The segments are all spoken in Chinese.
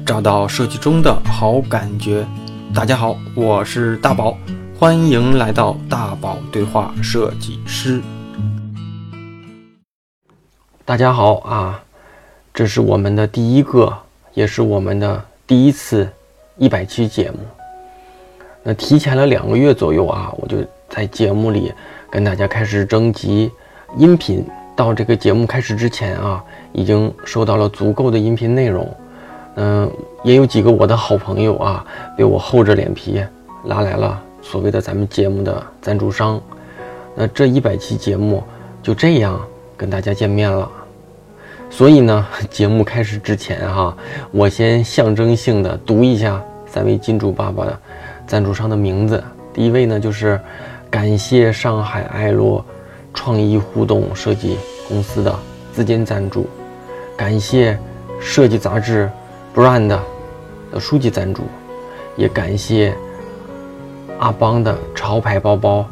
找到设计中的好感觉。大家好，我是大宝，欢迎来到大宝对话设计师。大家好啊，这是我们的第一个，也是我们的第一次100期节目。那提前了2个月左右啊，我就在节目里跟大家开始征集音频。到这个节目开始之前啊，已经收到了足够的音频内容。也有几个我的好朋友啊，被我厚着脸皮拉来了所谓的咱们节目的赞助商。那这100期节目就这样跟大家见面了。所以呢，节目开始之前哈，我先象征性的读一下3位金主爸爸的赞助商的名字。第一位呢，就是感谢上海爱洛创意互动设计公司的资金赞助，感谢设计杂志 Brand 的书籍赞助，也感谢阿邦的潮牌包包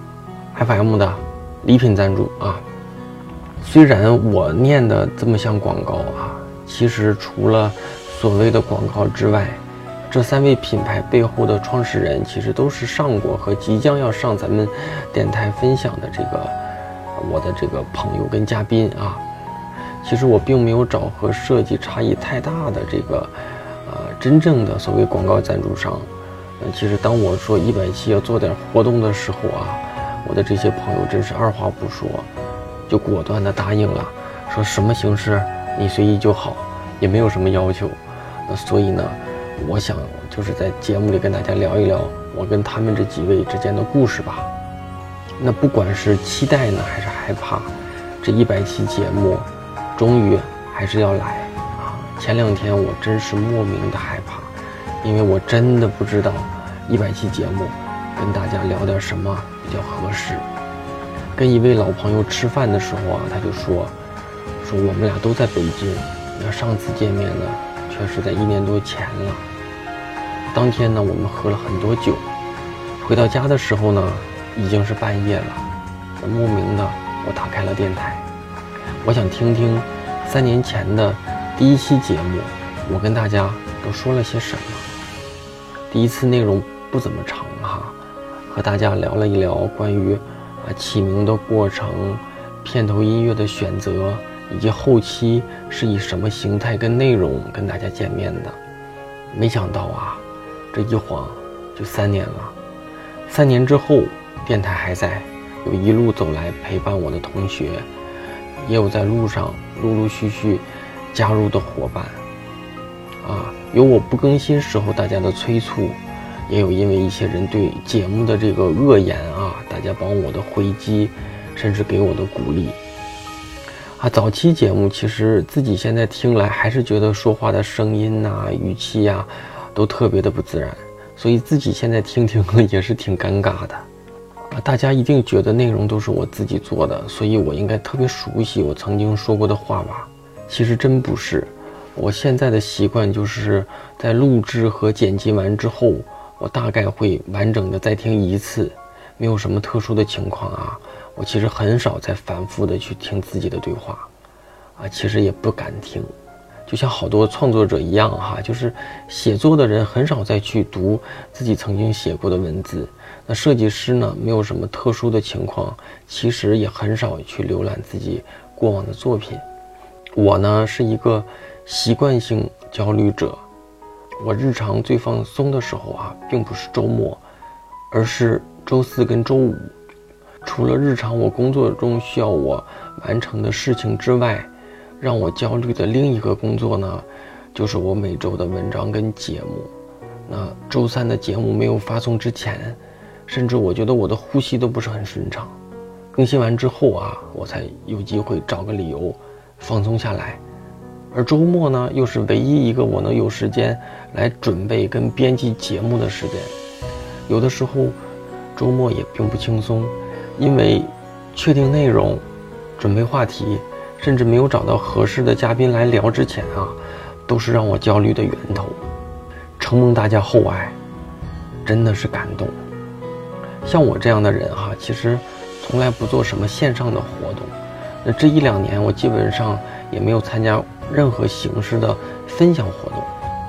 FM 的礼品赞助啊。虽然我念的这么像广告啊，其实除了所谓的广告之外，这3位品牌背后的创始人其实都是上过和即将要上咱们电台分享的我的这个朋友跟嘉宾啊。其实我并没有找和设计差异太大的真正的所谓广告赞助商。其实当我说100期要做点活动的时候啊，我的这些朋友真是二话不说就果断的答应了，说什么形式你随意就好，也没有什么要求。所以呢，我想就是在节目里跟大家聊一聊我跟他们这几位之间的故事吧。那不管是期待呢还是害怕，这100期节目终于还是要来啊！前2天我真是莫名的害怕，因为我真的不知道100期节目跟大家聊点什么比较合适。跟一位老朋友吃饭的时候啊，他就说我们俩都在北京，那上次见面呢却是在1年多前了。当天呢，我们喝了很多酒，回到家的时候呢已经是半夜了。莫名的我打开了电台，我想听听3年前的第1期节目我跟大家都说了些什么。第一次内容不怎么长哈，和大家聊了一聊关于起名的过程、片头音乐的选择，以及后期是以什么形态跟内容跟大家见面的。没想到啊，这一晃就3年了。3年之后，电台还在，有一路走来陪伴我的同学，也有在路上陆陆续续加入的伙伴有我不更新时候大家的催促，也有因为一些人对节目的这个恶言大家帮我的回击，甚至给我的鼓励早期节目其实自己现在听来还是觉得说话的声音语气都特别的不自然，所以自己现在听也是挺尴尬的大家一定觉得内容都是我自己做的，所以我应该特别熟悉我曾经说过的话吧。其实真不是，我现在的习惯就是在录制和剪辑完之后，我大概会完整的再听1次，没有什么特殊的情况我其实很少再反复的去听自己的对话其实也不敢听。就像好多创作者一样就是写作的人很少再去读自己曾经写过的文字，那设计师呢，没有什么特殊的情况，其实也很少去浏览自己过往的作品。我呢是一个习惯性焦虑者，我日常最放松的时候并不是周末，而是周4跟周5。除了日常我工作中需要我完成的事情之外，让我焦虑的另一个工作呢，就是我每周的文章跟节目。那周3的节目没有发送之前，甚至我觉得我的呼吸都不是很顺畅。更新完之后我才有机会找个理由放松下来。而周末呢，又是唯一一个我能有时间来准备跟编辑节目的时间。有的时候周末也并不轻松，因为确定内容、准备话题，甚至没有找到合适的嘉宾来聊之前都是让我焦虑的源头。承蒙大家厚爱，真的是感动。像我这样的人其实从来不做什么线上的活动，那这1-2年我基本上也没有参加任何形式的分享活动。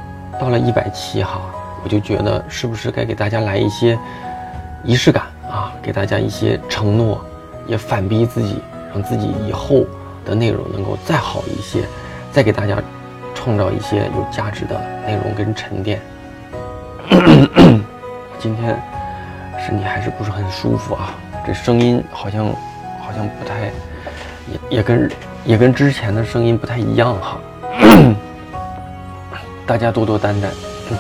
到了100期哈，我就觉得是不是该给大家来一些仪式感啊，给大家一些承诺，也反逼自己，让自己以后的内容能够再好一些，再给大家创造一些有价值的内容跟沉淀。今天身体还是不是很舒服啊，这声音好像不太，也跟之前的声音不太一样哈。大家多多担待。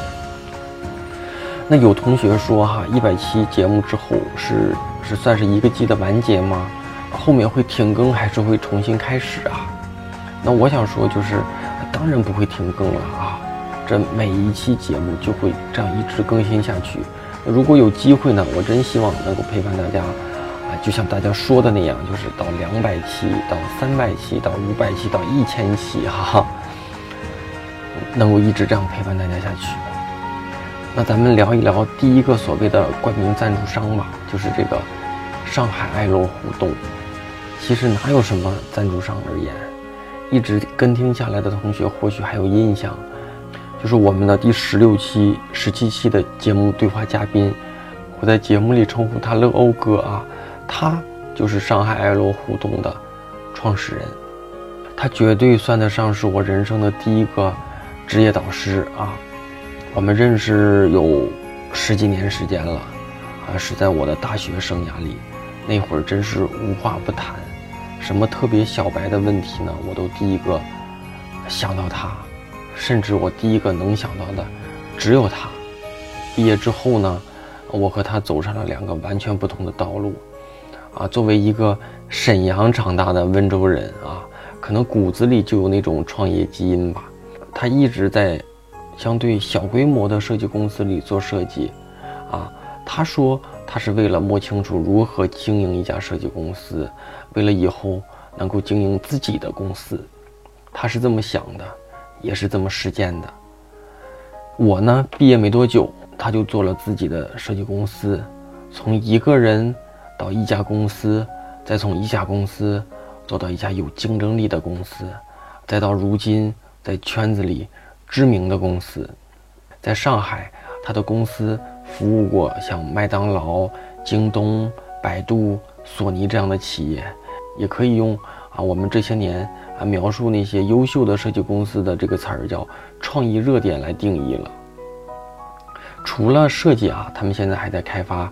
那有同学说哈，100期节目之后是算是1个季的完结吗？后面会停更还是会重新开始啊？那我想说就是，当然不会停更了啊，这每一期节目就会这样一直更新下去。如果有机会呢，我真希望能够陪伴大家啊，就像大家说的那样，就是到200期，到300期，到500期，到1000期哈。能够一直这样陪伴大家下去。那咱们聊一聊第一个所谓的冠名赞助商吧，就是这个上海爱乐互动。其实哪有什么赞助商而言，一直跟听下来的同学或许还有印象，就是我们的第16期、17期的节目对话嘉宾，我在节目里称呼他乐欧哥啊，他就是上海爱乐互动的创始人，他绝对算得上是我人生的第一个职业导师啊。我们认识有10几年时间了啊，是在我的大学生涯里，那会儿真是无话不谈，什么特别小白的问题呢，我都第一个想到他，甚至我第一个能想到的只有他。毕业之后呢，我和他走上了2个完全不同的道路啊。作为一个沈阳长大的温州人啊，可能骨子里就有那种创业基因吧。他一直在相对小规模的设计公司里做设计啊。他说他是为了摸清楚如何经营一家设计公司，为了以后能够经营自己的公司，他是这么想的，也是这么实践的。我呢，毕业没多久，他就做了自己的设计公司，从1个人到1家公司，再从1家公司做到1家有竞争力的公司，再到如今在圈子里知名的公司。在上海，他的公司服务过像麦当劳、京东、百度、索尼这样的企业，也可以用我们这些年描述那些优秀的设计公司的这个词儿叫创意热点来定义了。除了设计他们现在还在开发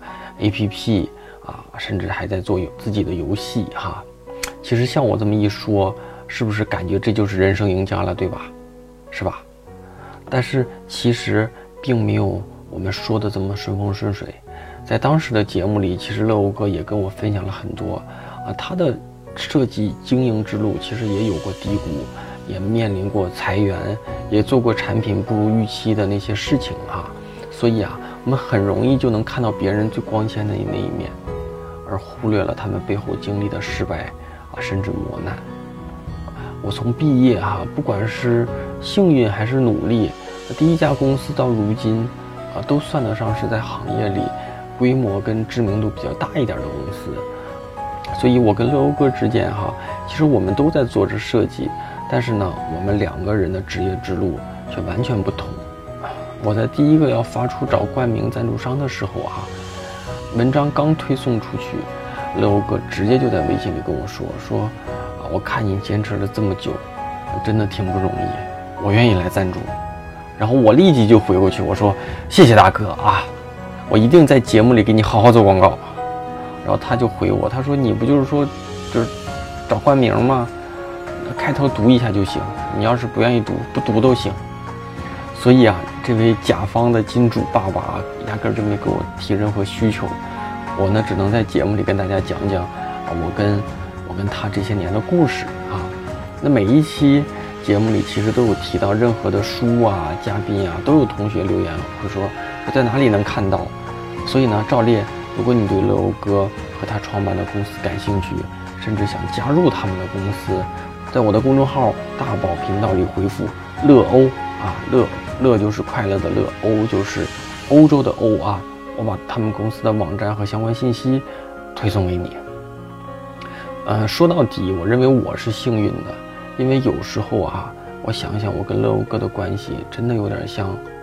APP 甚至还在做自己的游戏哈。其实像我这么一说，是不是感觉这就是人生赢家了，对吧？是吧？但是其实并没有我们说的这么顺风顺水。在当时的节目里，其实乐欧哥也跟我分享了很多他的设计经营之路其实也有过低谷，也面临过裁员，也做过产品不如预期的那些事情所以我们很容易就能看到别人最光鲜的那一面，而忽略了他们背后经历的失败甚至磨难。我从毕业不管是幸运还是努力，第1家公司到如今都算得上是在行业里规模跟知名度比较大一点的公司。所以我跟乐欧哥之间其实我们都在做着设计，但是呢，我们2个人的职业之路却完全不同。我在第一个要发出找冠名赞助商的时候文章刚推送出去，乐欧哥直接就在微信里跟我说我看你坚持了这么久，真的挺不容易，我愿意来赞助。然后我立即就回过去，我说谢谢大哥我一定在节目里给你好好做广告。然后他就回我，他说你不就是说就是找冠名吗？开头读一下就行，你要是不愿意读不读都行。所以这位甲方的金主爸爸压根就没给我提任何需求，我呢只能在节目里跟大家讲讲我跟他这些年的故事那每一期节目里其实都有提到任何的书嘉宾都有同学留言会说在哪里能看到。所以呢，照例如果你对乐欧哥和他创办的公司感兴趣，甚至想加入他们的公司，在我的公众号大宝频道里回复乐欧乐就是快乐的乐，欧就是欧洲的欧我把他们公司的网站和相关信息推送给你。说到底，我认为我是幸运的，因为有时候我想想我跟乐欧哥的关系真的有点像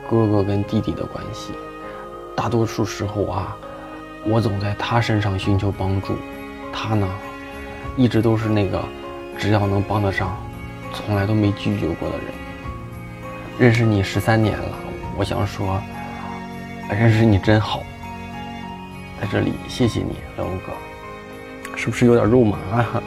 哥哥跟弟弟的关系。大多数时候啊，我总在他身上寻求帮助，他呢，一直都是那个只要能帮得上，从来都没拒绝过的人。认识你13年了，我想说，认识你真好。在这里谢谢你，乐欧哥，是不是有点肉麻啊？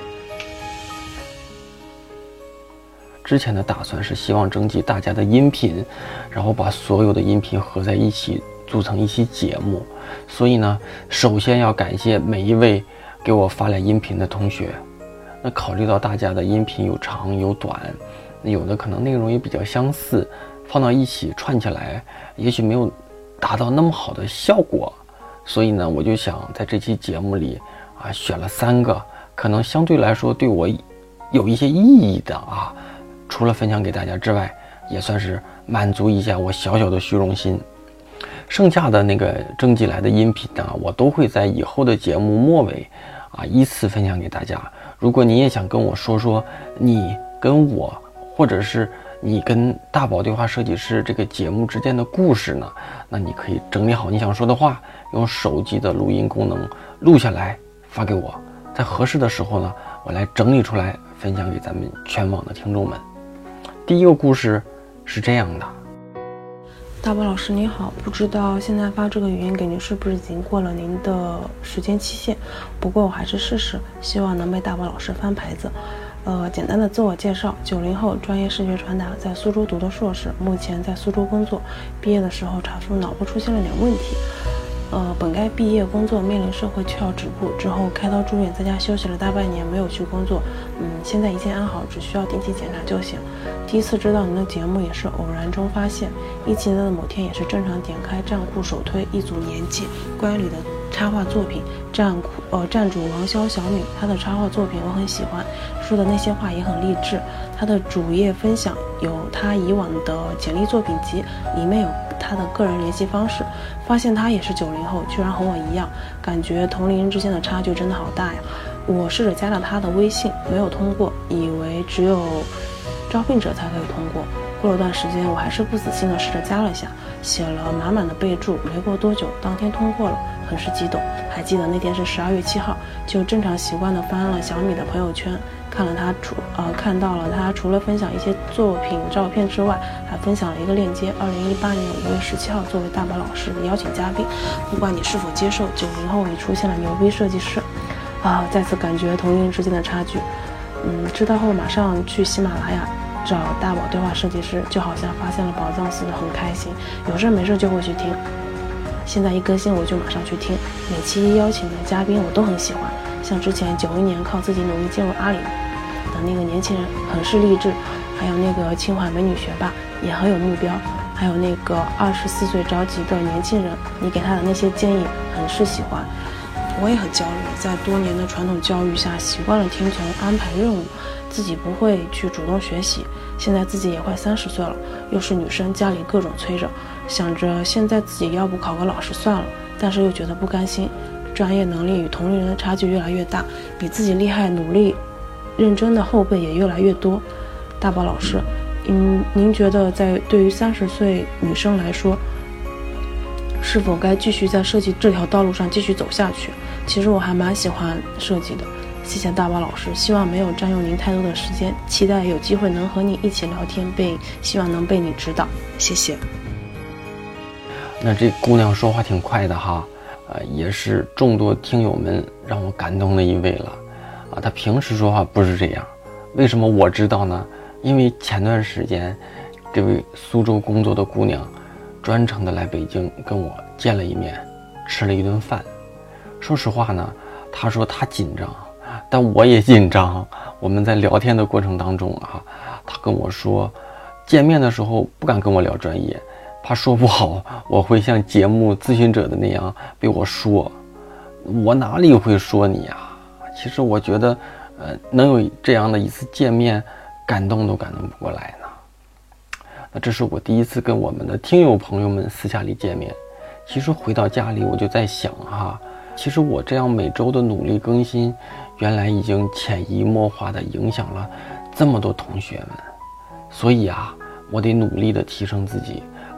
之前的打算是希望征集大家的音频，然后把所有的音频合在一起组成一期节目。所以呢，首先要感谢每一位给我发来音频的同学。那考虑到大家的音频有长有短，有的可能内容也比较相似，放到一起串起来，也许没有达到那么好的效果。所以呢，我就想在这期节目里选了3个可能相对来说对我有一些意义的除了分享给大家之外，也算是满足一下我小小的虚荣心。剩下的那个征集来的音频呢，我都会在以后的节目末尾依次分享给大家。如果你也想跟我说说你跟我，或者是你跟大宝对话设计师这个节目之间的故事呢，那你可以整理好你想说的话，用手机的录音功能录下来发给我，在合适的时候呢，我来整理出来分享给咱们全网的听众们。第一个故事是这样的。 大宝老师你好，不知道现在发这个语音给您是不是已经过了您的时间期限，不过我还是试试，希望能被大宝老师翻牌子。简单的自我介绍，90后，专业视觉传达，在苏州读的硕士，目前在苏州工作。毕业的时候查出脑部出现了点问题，本该毕业工作，面临社会就要止步，之后开刀住院，在家休息了大半年，没有去工作。现在一切安好，只需要定期检查就行。第一次知道您的节目也是偶然中发现，17年的某天也是正常点开站库首推一组年纪关于里的插画作品，站主王潇小敏，她的插画作品我很喜欢，说的那些话也很励志。她的主页分享有她以往的简历作品集，里面有她的个人联系方式，发现她也是90后，居然和我一样，感觉同龄人之间的差距真的好大呀。我试着加了她的微信，没有通过，以为只有招聘者才可以通过。过了段时间，我还是不死心的试着加了下，写了满满的备注，没过多久当天通过了，很是激动。还记得那天是12月7号，就正常习惯的翻了小米的朋友圈，看到了他除了分享一些作品照片之外，还分享了一个链接，2018年5月17号作为大宝老师的邀请嘉宾，不管你是否接受，90后已出现了牛逼设计师再次感觉同龄人之间的差距。知道后马上去喜马拉雅找大宝对话设计师，就好像发现了宝藏似的，很开心，有事没事就会去听。现在一更新我就马上去听，每期邀请的嘉宾我都很喜欢，像之前91年靠自己努力进入阿里的那个年轻人很是励志，还有那个清华美女学霸也很有目标，还有那个24岁着急的年轻人，你给他的那些建议很是喜欢。我也很焦虑，在多年的传统教育下习惯了听从安排任务，自己不会去主动学习。现在自己也快30岁了，又是女生，家里各种催着，想着现在自己要不考个老师算了，但是又觉得不甘心，专业能力与同龄人的差距越来越大，比自己厉害努力认真的后辈也越来越多。大宝老师，您觉得对于30岁女生来说，是否该继续在设计这条道路上继续走下去？其实我还蛮喜欢设计的。谢谢大宝老师，希望没有占用您太多的时间，期待有机会能和你一起聊天，并希望能被你指导。谢谢。 那这姑娘说话挺快的哈，也是众多听友们让我感动的一位了她平时说话不是这样，为什么我知道呢？因为前段时间这位苏州工作的姑娘专程的来北京跟我见了一面，吃了一顿饭。说实话呢，她说她紧张，但我也紧张。我们在聊天的过程当中她跟我说，见面的时候不敢跟我聊专业，怕说不好我会像节目咨询者的那样被我说。我哪里会说你其实我觉得能有这样的一次见面，感动都感动不过来呢。那这是我第一次跟我们的听友朋友们私下里见面。其实回到家里我就在想其实我这样每周的努力更新，原来已经潜移默化地影响了这么多同学们。所以我得努力地提升自己，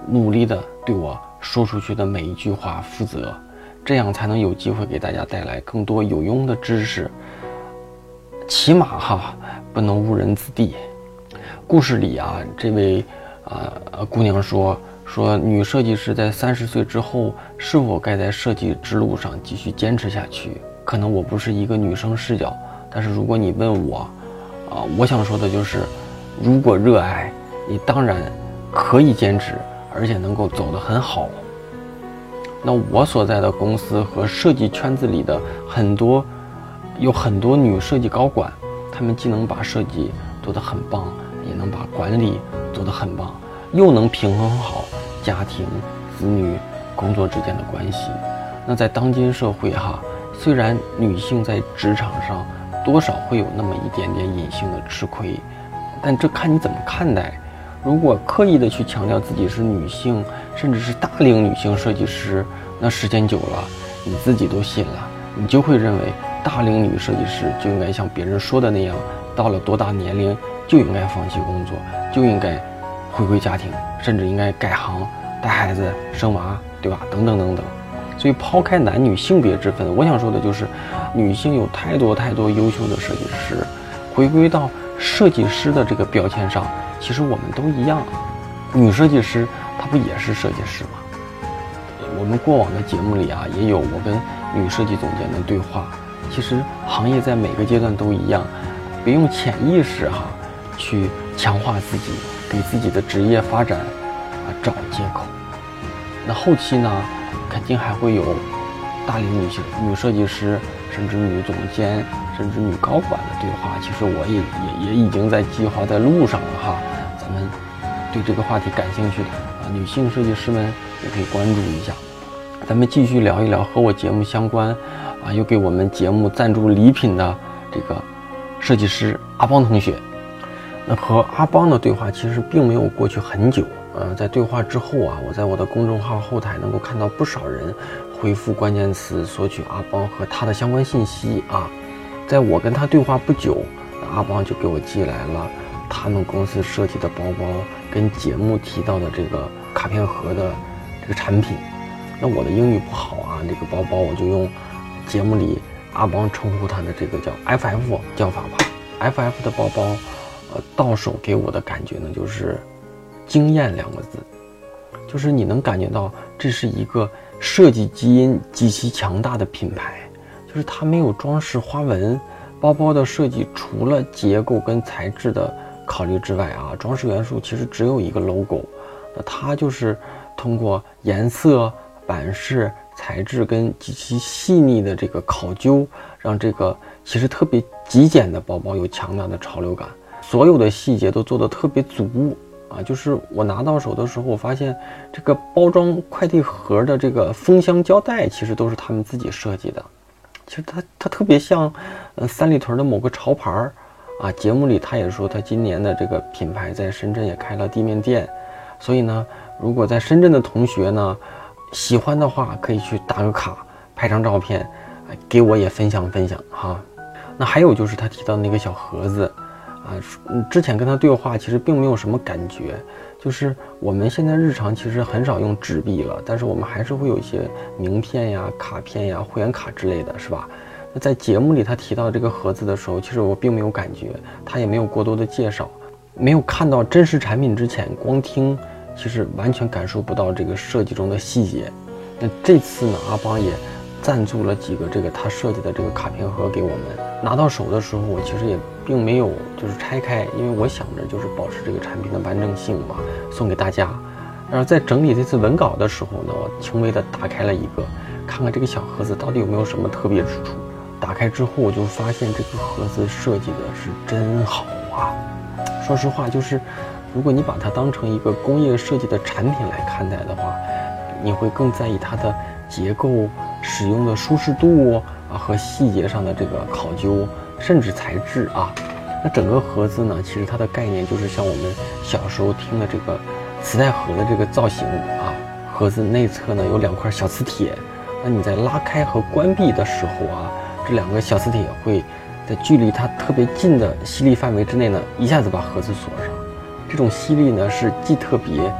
努力的对我说出去的每一句话负责，这样才能有机会给大家带来更多有用的知识，起码不能误人子弟。故事里这位姑娘说女设计师在30岁之后是否该在设计之路上继续坚持下去。可能我不是一个女生视角，但是如果你问我我想说的就是，如果热爱，你当然可以坚持，而且能够走得很好。那我所在的公司和设计圈子里的有很多女设计高管，她们既能把设计做得很棒，也能把管理做得很棒，又能平衡好家庭、子女、工作之间的关系。那在当今社会虽然女性在职场上多少会有那么一点点隐性的吃亏，但这看你怎么看待。如果刻意的去强调自己是女性，甚至是大龄女性设计师，那时间久了，你自己都信了，你就会认为大龄女设计师就应该像别人说的那样，到了多大年龄就应该放弃工作，就应该回归家庭，甚至应该改行带孩子生娃，对吧？等等等等。所以抛开男女性别之分，我想说的就是，女性有太多优秀的设计师，回归到设计师的这个标签上，其实我们都一样。女设计师她不也是设计师吗？我们过往的节目里也有我跟女设计总监的对话。其实行业在每个阶段都一样，别用潜意识去强化自己，给自己的职业发展找借口。那后期呢，肯定还会有大龄女设计师，甚至女总监，甚至女高管的对话。其实我也已经在计划在路上了咱们对这个话题感兴趣的女性设计师们也可以关注一下。咱们继续聊一聊和我节目相关又给我们节目赞助礼品的这个设计师阿邦同学。那和阿邦的对话其实并没有过去很久，在对话之后我在我的公众号后台能够看到不少人回复关键词索取阿邦和他的相关信息在我跟他对话不久，阿邦就给我寄来了他们公司设计的包包跟节目提到的这个卡片盒的这个产品。那我的英语不好这个包包我就用节目里阿邦称呼他的这个叫 FF 叫法吧。FF 的包包到手给我的感觉呢，就是惊艳2个字，就是你能感觉到这是一个设计基因极其强大的品牌，就是它没有装饰花纹，包包的设计除了结构跟材质的考虑之外装饰元素其实只有一个 logo。那它就是通过颜色、版式、材质跟极其细腻的这个考究，让这个其实特别极简的包包有强大的潮流感，所有的细节都做得特别足就是我拿到手的时候，我发现这个包装快递盒的这个封箱胶带其实都是他们自己设计的。其实它特别像三里屯的某个潮牌节目里他也说他今年的这个品牌在深圳也开了地面店，所以呢，如果在深圳的同学呢喜欢的话，可以去打个卡，拍张照片，给我也分享分享那还有就是他提到的那个小盒子之前跟他对话其实并没有什么感觉，就是我们现在日常其实很少用纸币了，但是我们还是会有一些名片呀、卡片呀、会员卡之类的，是吧？那在节目里他提到这个盒子的时候，其实我并没有感觉，他也没有过多的介绍，没有看到真实产品之前，光听其实完全感受不到这个设计中的细节。那这次呢，阿邦也赞助了几个这个他设计的这个卡片盒给我们。拿到手的时候，我其实也并没有就是拆开，因为我想着就是保持这个产品的完整性嘛，送给大家。然后在整理这次文稿的时候呢，我轻微的打开了一个，看看这个小盒子到底有没有什么特别之处。打开之后，我就发现这个盒子设计的是真好说实话，就是如果你把它当成一个工业设计的产品来看待的话，你会更在意它的结构、使用的舒适度和细节上的这个考究，甚至材质那整个盒子呢，其实它的概念就是像我们小时候听的这个磁带盒的这个造型盒子内侧呢有2块小磁铁，那你在拉开和关闭的时候这2个小磁铁会在距离它特别近的吸力范围之内呢，一下子把盒子锁上。这种吸力呢是既特别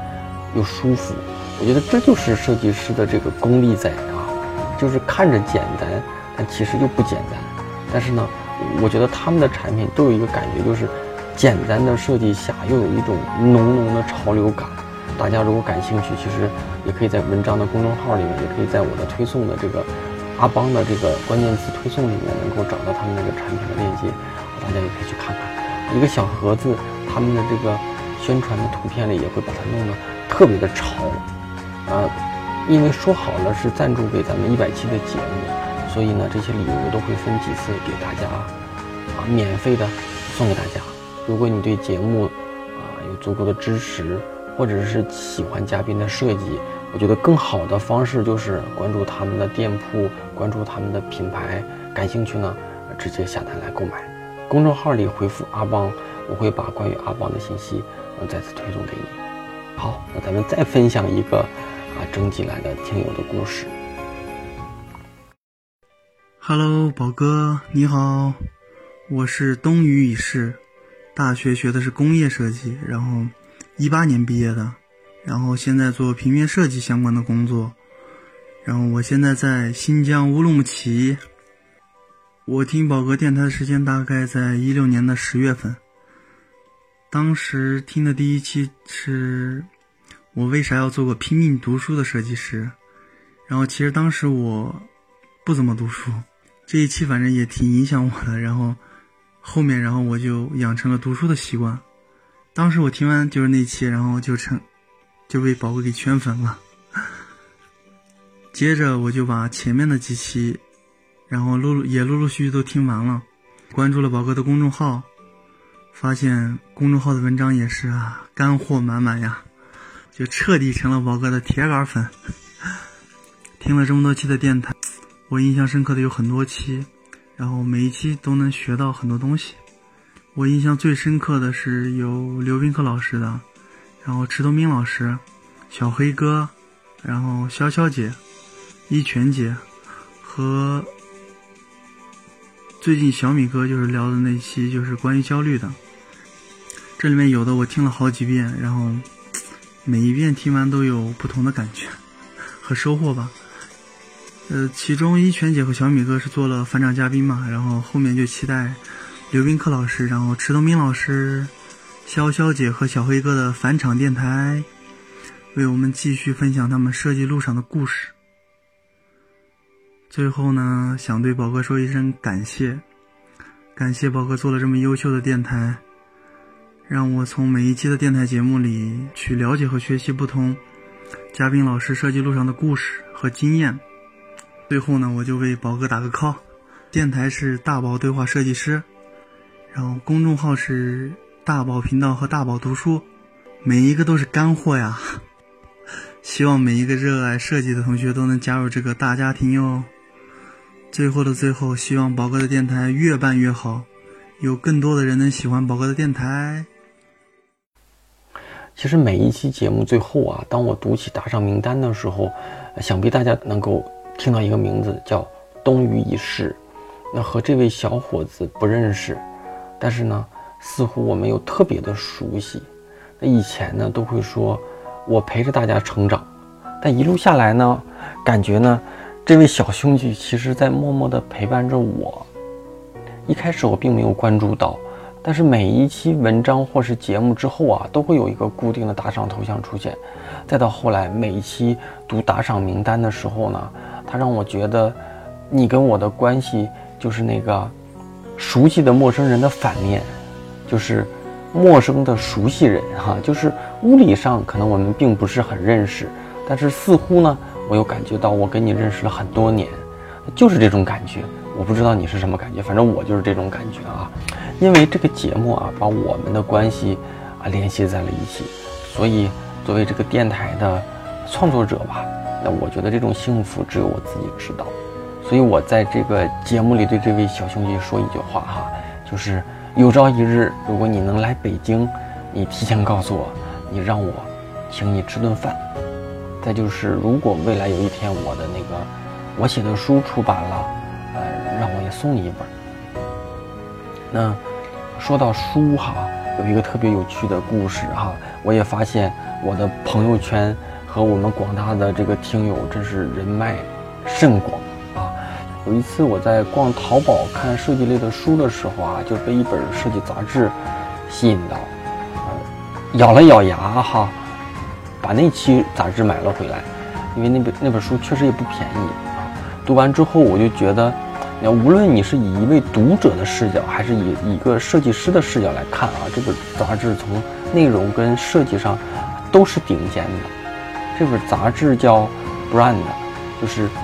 又舒服。我觉得这就是设计师的这个功力在啊，就是看着简单，但其实又不简单。但是呢，我觉得他们的产品都有一个感觉，就是简单的设计下又有一种浓浓的潮流感。大家如果感兴趣，其实也可以在文章的公众号里面，也可以在我的推送的这个阿邦的这个关键词推送里面，能够找到他们那个产品的链接，大家也可以去看看。一个小盒子，他们的这个宣传的图片里也会把它弄得特别的潮，因为说好了是赞助给咱们100期的节目，所以呢，这些礼物都会分几次给大家免费的送给大家。如果你对节目有足够的支持，或者是喜欢嘉宾的设计，我觉得更好的方式就是关注他们的店铺，关注他们的品牌，感兴趣呢直接下单来购买。公众号里回复阿邦，我会把关于阿邦的信息再次推送给你。好，那咱们再分享一个征集来的听友的故事。 Hello， 宝哥你好，我是东隅已逝，大学学的是工业设计，然后18年毕业的，然后现在做平面设计相关的工作，然后我现在在新疆乌鲁木齐。我听宝哥电台的时间大概在16年的10月份，当时听的第一期是我为啥要做个拼命读书的设计师，然后其实当时我不怎么读书，这一期反正也挺影响我的，然后后面我就养成了读书的习惯。当时我听完就是那期，然后就被宝哥给圈粉了。接着我就把前面的几期然后陆陆续续都听完了，关注了宝哥的公众号，发现公众号的文章也是干货满满呀，就彻底成了宝哥的铁杆粉。听了这么多期的电台，我印象深刻的有很多期，然后每一期都能学到很多东西。我印象最深刻的是有刘宾客老师的，然后池东明老师，小黑哥，然后潇潇姐，一拳姐，和最近小米哥就是聊的那期就是关于焦虑的。这里面有的我听了好几遍，然后每一遍听完都有不同的感觉和收获吧。其中一拳姐和小米哥是做了返场嘉宾嘛，然后后面就期待刘宾客老师，然后池东明老师，潇潇姐和小黑哥的返场电台，为我们继续分享他们设计路上的故事。最后呢，想对宝哥说一声感谢，感谢宝哥做了这么优秀的电台，让我从每一期的电台节目里去了解和学习不同嘉宾老师设计路上的故事和经验。最后呢，我就为宝哥打个 call， 电台是大宝对话设计师，然后公众号是大宝频道和大宝读书，每一个都是干货呀，希望每一个热爱设计的同学都能加入这个大家庭哟。最后的最后，希望宝哥的电台越办越好，有更多的人能喜欢宝哥的电台。 其实每一期节目最后当我读起打赏名单的时候，想必大家能够听到一个名字叫东隅已逝。那和这位小伙子不认识，但是呢似乎我们又特别的熟悉。那以前呢都会说我陪着大家成长，但一路下来呢，感觉呢这位小兄弟其实在默默地陪伴着我。一开始我并没有关注到，但是每一期文章或是节目之后都会有一个固定的打赏头像出现。再到后来每一期读打赏名单的时候呢，他让我觉得你跟我的关系就是那个熟悉的陌生人的反面，就是陌生的熟悉人就是物理上可能我们并不是很认识，但是似乎呢我又感觉到我跟你认识了很多年，就是这种感觉。我不知道你是什么感觉，反正我就是这种感觉因为这个节目把我们的关系联系在了一起，所以作为这个电台的创作者吧，那我觉得这种幸福只有我自己知道。所以我在这个节目里对这位小兄弟说一句话就是有朝一日如果你能来北京，你提前告诉我，你让我请你吃顿饭。再就是如果未来有一天我的那个我写的书出版了，让我也送你一本。那说到书有一个特别有趣的故事哈，我也发现我的朋友圈和我们广大的这个听友真是人脉甚广啊。有一次我在逛淘宝看设计类的书的时候啊，就被一本设计杂志吸引到，咬了咬牙哈，把那期杂志买了回来，因为那本书确实也不便宜啊。读完之后我就觉得，无论你是以一位读者的视角，还是以一个设计师的视角来看啊，这本杂志从内容跟设计上都是顶尖的。这本杂志叫 Brand， 就是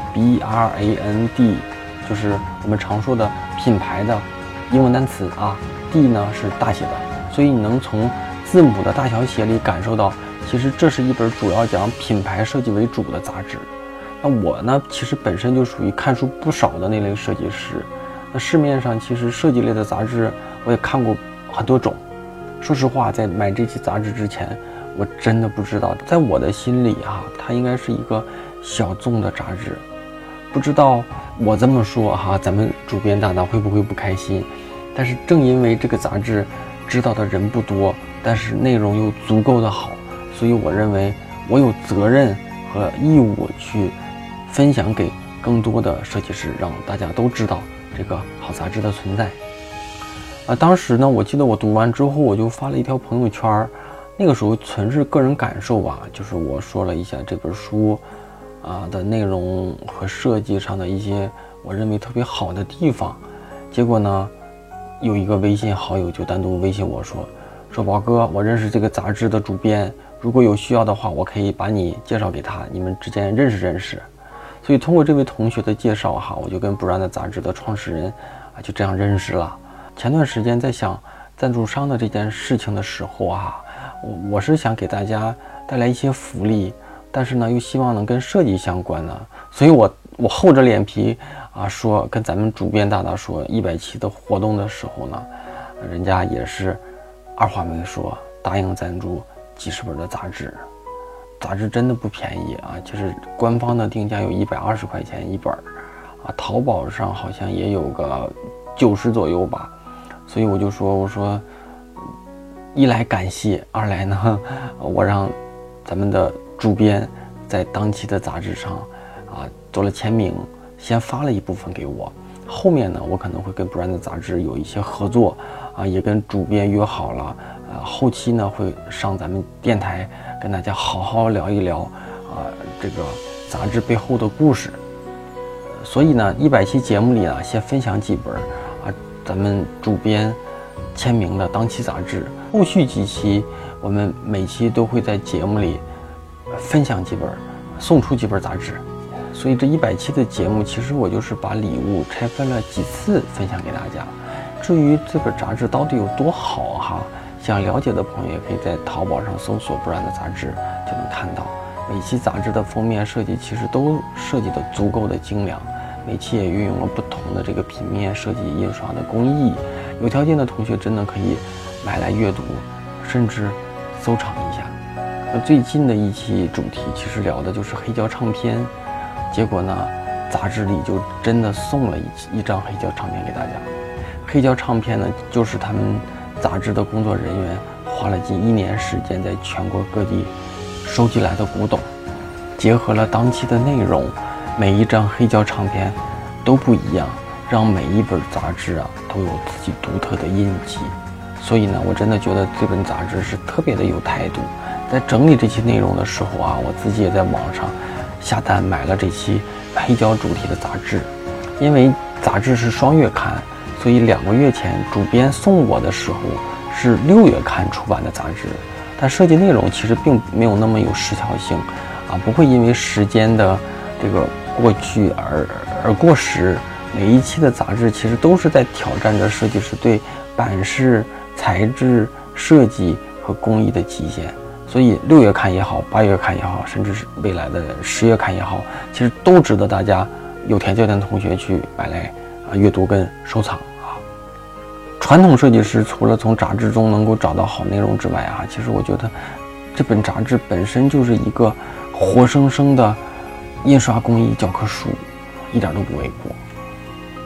B-R-A-N-D， 就是我们常说的品牌的英文单词啊 ，D 呢是大写的，所以你能从字母的大小写里感受到，其实这是一本主要讲品牌设计为主的杂志。那我呢，其实本身就属于看书不少的那类设计师。那市面上其实设计类的杂志我也看过很多种。说实话，在买这期杂志之前，我真的不知道，在我的心里啊，它应该是一个小众的杂志。不知道我这么说哈，咱们主编大大会不会不开心？但是正因为这个杂志知道的人不多，但是内容又足够的好，所以我认为我有责任和义务去分享给更多的设计师，让大家都知道这个好杂志的存在。当时呢，我记得我读完之后，我就发了一条朋友圈，那个时候纯是个人感受吧，就是我说了一下这本书的内容和设计上的一些我认为特别好的地方。结果呢，有一个微信好友就单独微信我说宝哥，我认识这个杂志的主编，如果有需要的话，我可以把你介绍给他，你们之间认识认识。所以通过这位同学的介绍哈，我就跟 Brand 杂志的创始人就这样认识了。前段时间在想赞助商的这件事情的时候我是想给大家带来一些福利，但是呢又希望能跟设计相关的，所以我厚着脸皮说跟咱们主编大大说100期的活动的时候呢，人家也是二话没说答应赞助几十本的杂志。杂志真的不便宜就是官方的定价有120块钱一本淘宝上好像也有个90左右吧。所以我就说，我说一来感谢，二来呢，我让咱们的主编在当期的杂志上做了签名，先发了一部分给我。后面呢，我可能会跟 Brand 杂志有一些合作也跟主编约好了，后期呢会上咱们电台跟大家好好聊一聊这个杂志背后的故事。所以呢，100期节目里呢，先分享几本咱们主编签名的当期杂志，后续几期我们每期都会在节目里分享几本，送出几本杂志。所以这100期的节目，其实我就是把礼物拆分了几次分享给大家。至于这本杂志到底有多好想了解的朋友也可以在淘宝上搜索 Brand 杂志就能看到。每期杂志的封面设计其实都设计的足够的精良，每期也运用了不同的这个平面设计印刷的工艺。有条件的同学真的可以买来阅读，甚至收藏一下。最近的一期主题其实聊的就是黑胶唱片，结果呢，杂志里就真的送了一张黑胶唱片给大家。黑胶唱片呢，就是他们杂志的工作人员花了近1年时间，在全国各地收集来的古董，结合了当期的内容，每一张黑胶唱片都不一样，让每一本杂志都有自己独特的印记。所以呢，我真的觉得这本杂志是特别的有态度。在整理这期内容的时候我自己也在网上下单买了这期黑胶主题的杂志。因为杂志是双月刊，所以2个月前主编送我的时候是6月刊出版的杂志，但设计内容其实并没有那么有时效性不会因为时间的这个过去而过时。每一期的杂志其实都是在挑战着设计师对版式、材质、设计和工艺的极限。所以6月刊也好，8月刊也好，甚至是未来的10月刊也好，其实都值得大家有条件的同学去买来阅读跟收藏传统设计师除了从杂志中能够找到好内容之外其实我觉得这本杂志本身就是一个活生生的印刷工艺教科书，一点都不为过。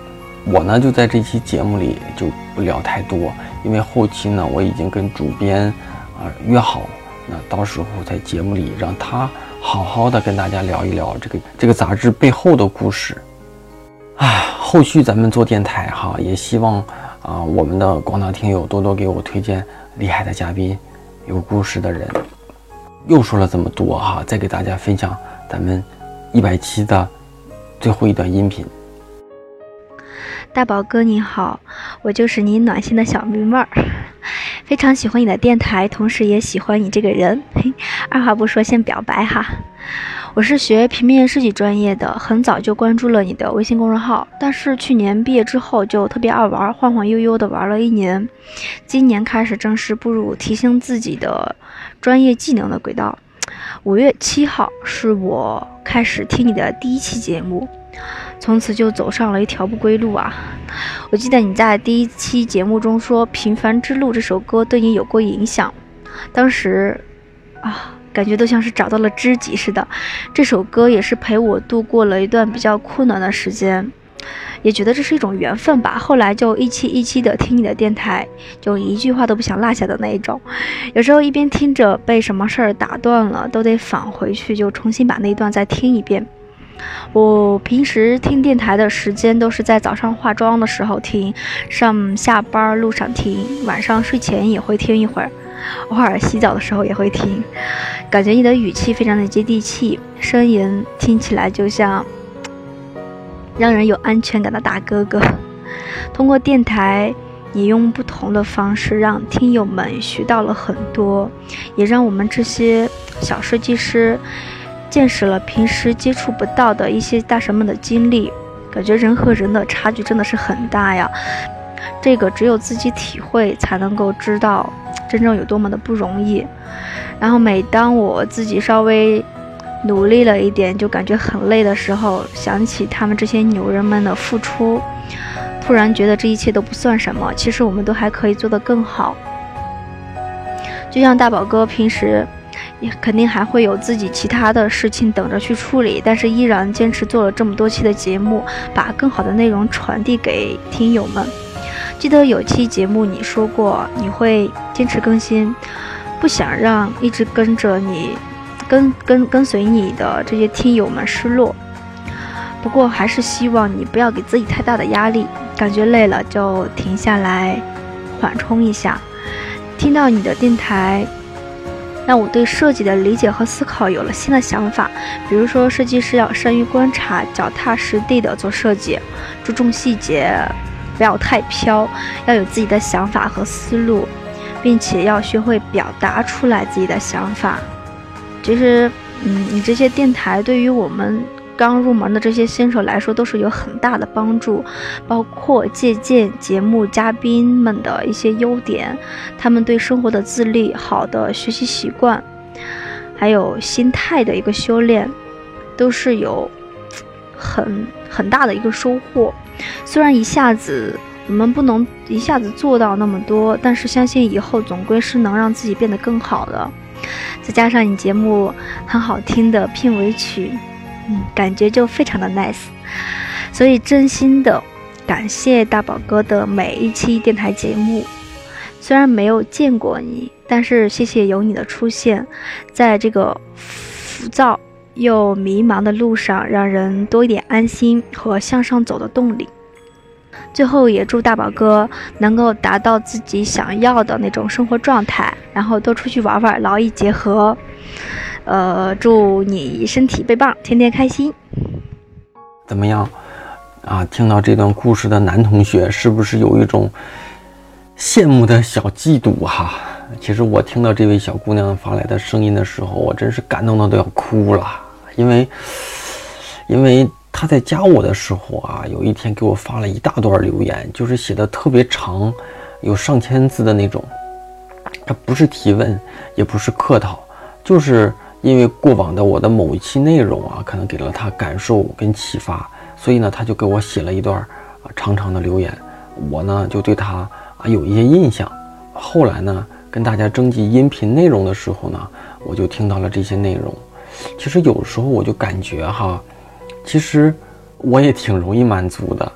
我呢就在这期节目里就不聊太多，因为后期呢我已经跟主编约好，那到时候在节目里让他好好的跟大家聊一聊这个杂志背后的故事。后续咱们做电台也希望我们的广大听友多多给我推荐厉害的嘉宾，有故事的人。又说了这么多再给大家分享咱们100期的最后一段音频。 大宝哥你好，我就是你暖心的小迷妹儿，非常喜欢你的电台，同时也喜欢你这个人。二话不说先表白哈。我是学平面设计专业的，很早就关注了你的微信公众号，但是去年毕业之后就特别爱玩，晃晃悠悠的玩了1年，今年开始正式步入提升自己的专业技能的轨道。5月7号是我开始听你的第1期节目，从此就走上了一条不归路啊！我记得你在第1期节目中说《平凡之路》这首歌对你有过影响，当时感觉都像是找到了知己似的。这首歌也是陪我度过了一段比较困难的时间，也觉得这是一种缘分吧。后来就一期一期的听你的电台，就一句话都不想落下的那一种。有时候一边听着被什么事儿打断了，都得返回去就重新把那一段再听一遍。我平时听电台的时间都是在早上化妆的时候听，上下班路上听，晚上睡前也会听一会儿，偶尔洗澡的时候也会听。感觉你的语气非常的接地气，声音听起来就像让人有安全感的大哥哥。通过电台，你用不同的方式让听友们学到了很多，也让我们这些小设计师见识了平时接触不到的一些大神们的经历。感觉人和人的差距真的是很大呀，这个只有自己体会才能够知道真正有多么的不容易。然后每当我自己稍微努力了一点就感觉很累的时候，想起他们这些牛人们的付出，突然觉得这一切都不算什么，其实我们都还可以做得更好。就像大宝哥平时也肯定还会有自己其他的事情等着去处理，但是依然坚持做了这么多期的节目，把更好的内容传递给听友们。记得有期节目你说过你会坚持更新，不想让一直跟着你跟随你的这些听友们失落，不过还是希望你不要给自己太大的压力，感觉累了就停下来缓冲一下。听到你的电台，让我对设计的理解和思考有了新的想法。比如说设计师要善于观察，脚踏实地的做设计，注重细节，不要太飘，要有自己的想法和思路，并且要学会表达出来自己的想法。其实你这些电台对于我们刚入门的这些新手来说都是有很大的帮助，包括借鉴节目嘉宾们的一些优点，他们对生活的自律，好的学习习惯，还有心态的一个修炼，都是有很大的一个收获。虽然我们不能一下子做到那么多，但是相信以后总归是能让自己变得更好的。再加上你节目很好听的片尾曲，感觉就非常的 nice。 所以真心的感谢大宝哥的每一期电台节目，虽然没有见过你，但是谢谢有你的出现，在这个浮躁又迷茫的路上，让人多一点安心和向上走的动力。最后也祝大宝哥能够达到自己想要的那种生活状态，然后多出去玩玩，劳逸结合。祝你身体倍棒，天天开心。 怎么样啊？听到这段故事的男同学是不是有一种羡慕的小嫉妒哈？其实我听到这位小姑娘发来的声音的时候，我真是感动的都要哭了，因为她在加我的时候啊，有一天给我发了一大段留言，就是写的特别长，有上千字的那种。它不是提问，也不是客套，就是因为过往的我的某一期内容啊，可能给了他感受跟启发，所以呢，他就给我写了一段长长的留言。我呢就对他有一些印象。后来呢，跟大家征集音频内容的时候呢，我就听到了这些内容。其实有时候我就感觉其实我也挺容易满足的，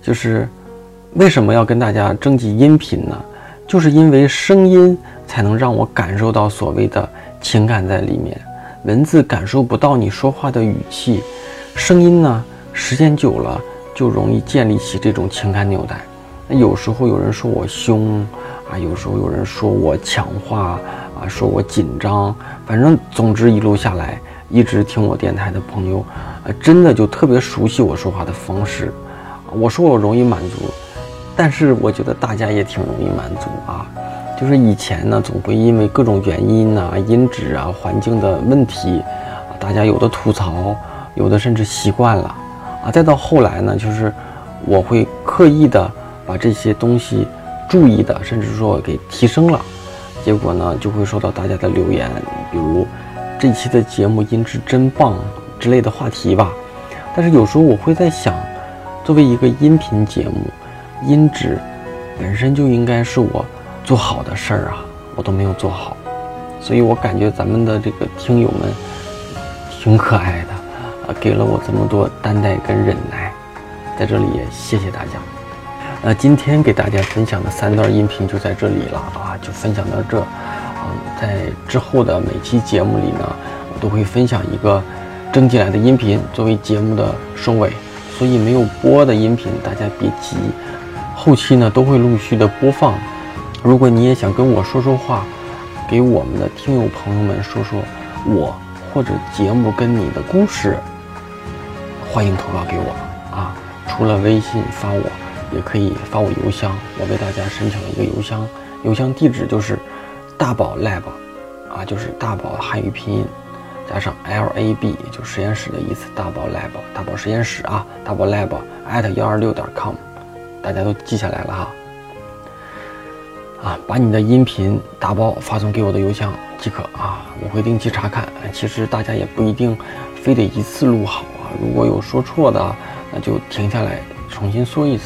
就是为什么要跟大家征集音频呢？就是因为声音才能让我感受到所谓的情感在里面，文字感受不到你说话的语气，声音呢，时间久了就容易建立起这种情感纽带。有时候有人说我凶啊，有时候有人说我抢话啊，说我紧张，反正总之一路下来，一直听我电台的朋友，真的就特别熟悉我说话的方式。我说我容易满足，但是我觉得大家也挺容易满足啊。就是以前呢，总会因为各种原因啊、音质啊、环境的问题，大家有的吐槽，有的甚至习惯了啊。再到后来呢，就是我会刻意的把这些东西注意的，甚至说给提升了，结果呢就会收到大家的留言，比如这期的节目音质真棒之类的话题吧。但是有时候我会在想，作为一个音频节目，音质本身就应该是我做好的事儿啊，我都没有做好，所以我感觉咱们的这个听友们挺可爱的，给了我这么多担待跟忍耐，在这里也谢谢大家。今天给大家分享的3段音频就在这里了啊，就分享到这。在之后的每期节目里呢，我都会分享一个征集来的音频作为节目的收尾，所以没有播的音频大家别急，后期呢都会陆续的播放。如果你也想跟我说说话，给我们的听友朋友们说说我或者节目跟你的故事，欢迎投稿给我啊！除了微信发我，也可以发我邮箱，我为大家申请了一个邮箱，邮箱地址就是大宝 lab 啊，就是大宝汉语拼音加上 lab， 就实验室的意思，大宝 lab， 大宝实验室啊，大宝 lab @126.com， 大家都记下来了哈。把你的音频打包发送给我的邮箱即可啊，我会定期查看。其实大家也不一定非得一次录好啊，如果有说错的，那就停下来重新说一次，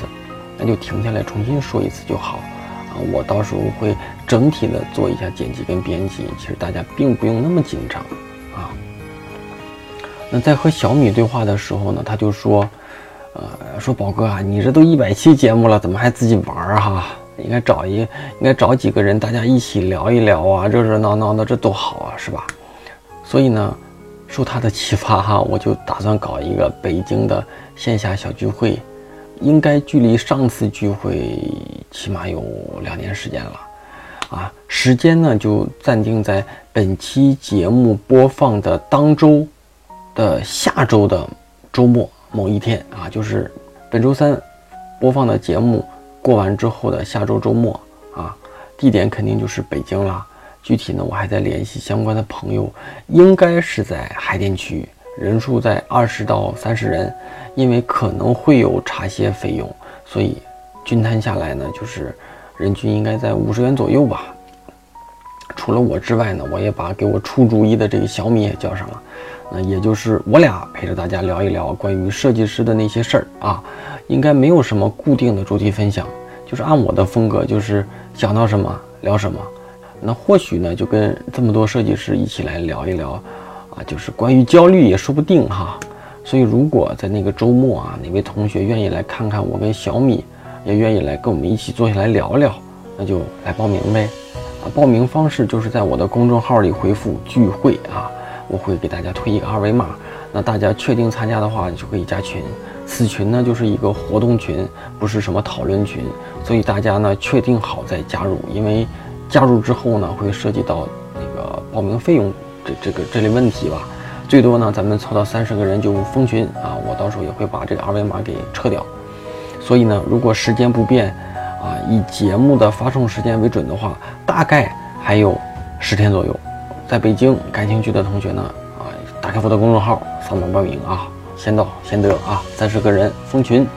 就好啊。我到时候会整体的做一下剪辑跟编辑，其实大家并不用那么紧张啊。那在和小米对话的时候呢，他就说，说宝哥啊，你这都100期节目了，怎么还自己玩哈？应该找几个人，大家一起聊一聊啊，热热闹闹的，这多好啊，是吧？所以呢，受他的启发哈，我就打算搞一个北京的线下小聚会，应该距离上次聚会起码有2年时间了啊。时间呢就暂定在本期节目播放的当周的下周的周末某一天啊，就是本周3播放的节目过完之后的下周周末啊，地点肯定就是北京了。具体呢，我还在联系相关的朋友，应该是在海淀区，人数在20到30人，因为可能会有茶歇费用，所以均摊下来呢，就是人均应该在50元左右吧。除了我之外呢，我也把给我出主意的这个小米也叫上了，那也就是我俩陪着大家聊一聊关于设计师的那些事儿啊。应该没有什么固定的主题分享，就是按我的风格，就是想到什么聊什么。那或许呢，就跟这么多设计师一起来聊一聊啊，就是关于焦虑也说不定哈。所以如果在那个周末啊，哪位同学愿意来看看我跟小米，也愿意来跟我们一起坐下来聊聊，那就来报名呗。报名方式就是在我的公众号里回复聚会啊，我会给大家推一个2维码，那大家确定参加的话，就可以加群。此群呢就是一个活动群，不是什么讨论群，所以大家呢确定好再加入，因为加入之后呢会涉及到那个报名费用这类问题吧。最多呢咱们凑到30个人就封群啊，我到时候也会把这个2维码给撤掉。所以呢，如果时间不变啊，以节目的发送时间为准的话，大概还有10天左右。在北京感兴趣的同学呢打开我的公众号扫码报名啊。先到先得啊，30个人封群。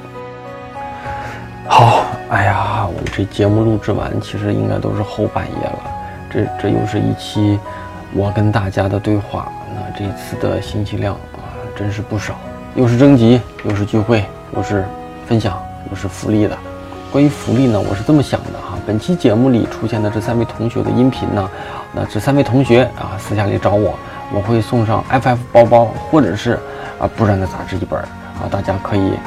好，哎呀，我们这节目录制完，其实应该都是后半夜了。这又是一期我跟大家的对话。那这次的信息量真是不少，又是征集，又是聚会，又是分享，又是福利的。关于福利呢，我是这么想的哈，本期节目里出现的这3位同学的音频呢，那这3位同学私下里找我，我会送上 FF 包包，或者是不然的杂志1本大家可以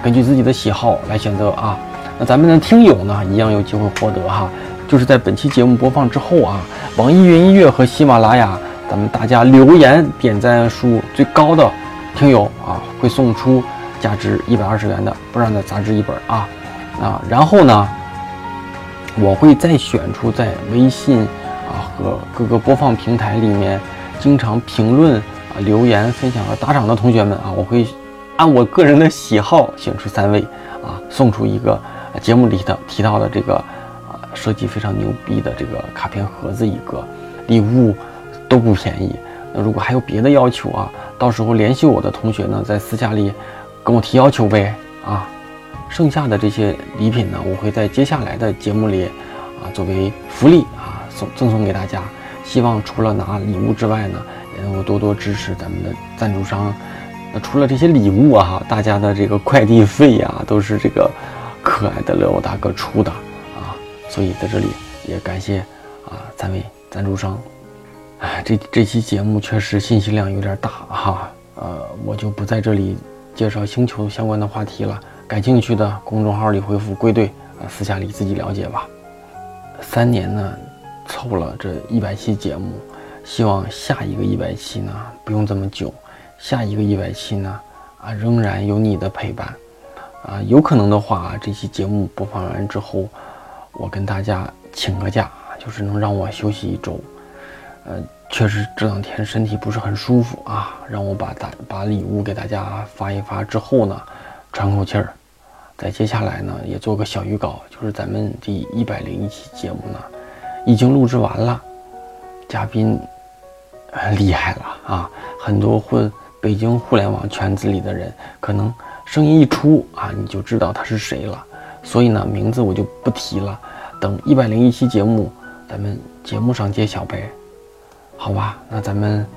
根据自己的喜好来选择啊。那咱们的听友呢，一样有机会获得哈，就是在本期节目播放之后啊，网易云音乐和喜马拉雅，咱们大家留言点赞数最高的听友啊，会送出价值120元的不让的杂志一本啊。然后呢，我会再选出在微信啊和各个播放平台里面经常评论啊、留言、分享和打赏的同学们啊，我会按我个人的喜好选出3位啊，送出一个节目里的提到的这个设计非常牛逼的这个卡片盒子一个，礼物都不便宜。那如果还有别的要求啊，到时候联系我的同学呢，在私下里跟我提要求呗啊。剩下的这些礼品呢，我会在接下来的节目里啊作为福利啊赠送给大家。希望除了拿礼物之外呢，也能够多多支持咱们的赞助商。那除了这些礼物啊，大家的这个快递费啊，都是这个可爱的乐友大哥出的啊，所以在这里也感谢啊3位赞助商。这期节目确实信息量有点大哈，我就不在这里介绍星球相关的话题了。感兴趣的公众号里回复归队私下里自己了解吧。3年呢，凑了这100期节目，希望下一个100期呢不用这么久，下一个100期呢仍然有你的陪伴有可能的话这期节目播放完之后，我跟大家请个假，就是能让我休息1周。确实这2天身体不是很舒服啊，让我把礼物给大家发一发之后呢，喘口气儿。在接下来呢，也做个小预告，就是咱们第101期节目呢，已经录制完了，嘉宾厉害了啊！很多北京互联网圈子里的人，可能声音一出啊，你就知道他是谁了。所以呢，名字我就不提了，等101期节目，咱们节目上揭晓呗。好吧，那咱们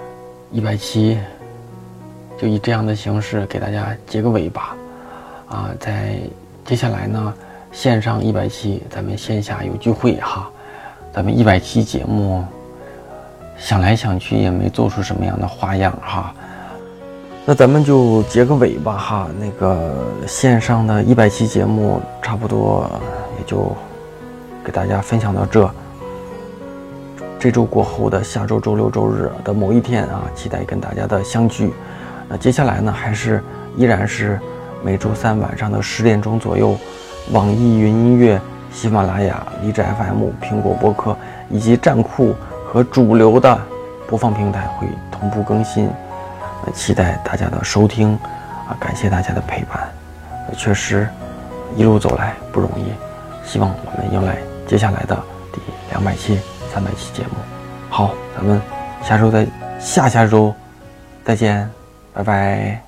100期就以这样的形式给大家结个尾吧。在接下来呢，线上100期，咱们线下有聚会哈。咱们100期节目，想来想去也没做出什么样的花样哈。那咱们就结个尾吧哈。那个线上的100期节目，差不多也就给大家分享到这。这周过后的下周周六周日的某一天啊，期待跟大家的相聚。那接下来呢，依然是每周3晚上的10点钟左右，网易云音乐、喜马拉雅、荔枝 FM、苹果播客以及站酷和主流的播放平台会同步更新。期待大家的收听感谢大家的陪伴。确实一路走来不容易，希望我们迎来接下来的第200期、300期节目。好，咱们下周再见，拜拜。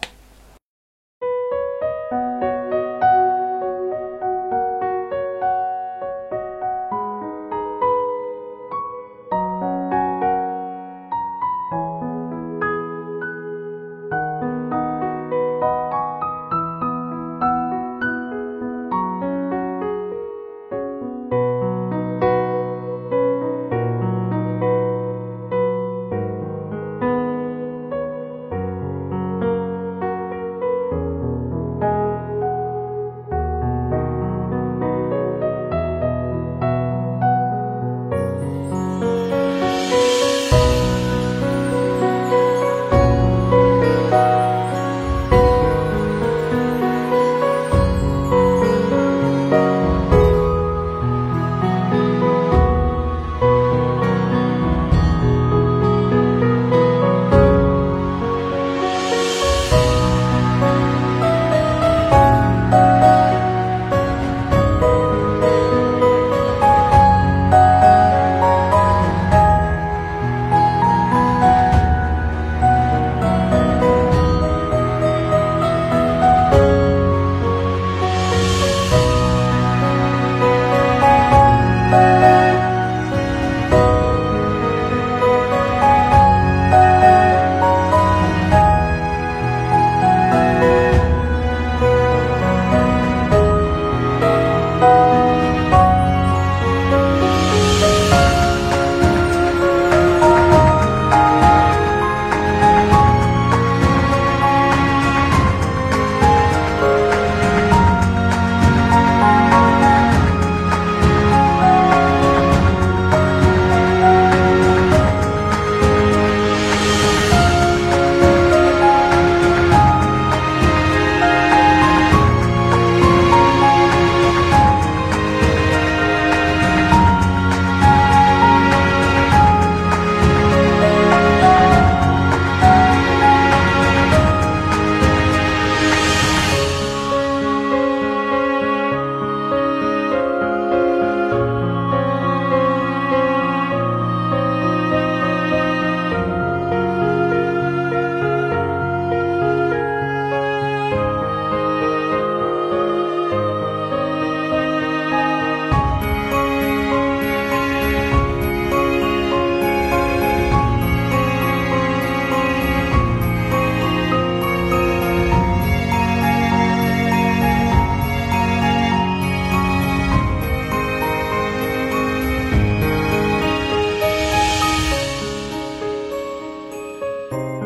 拜。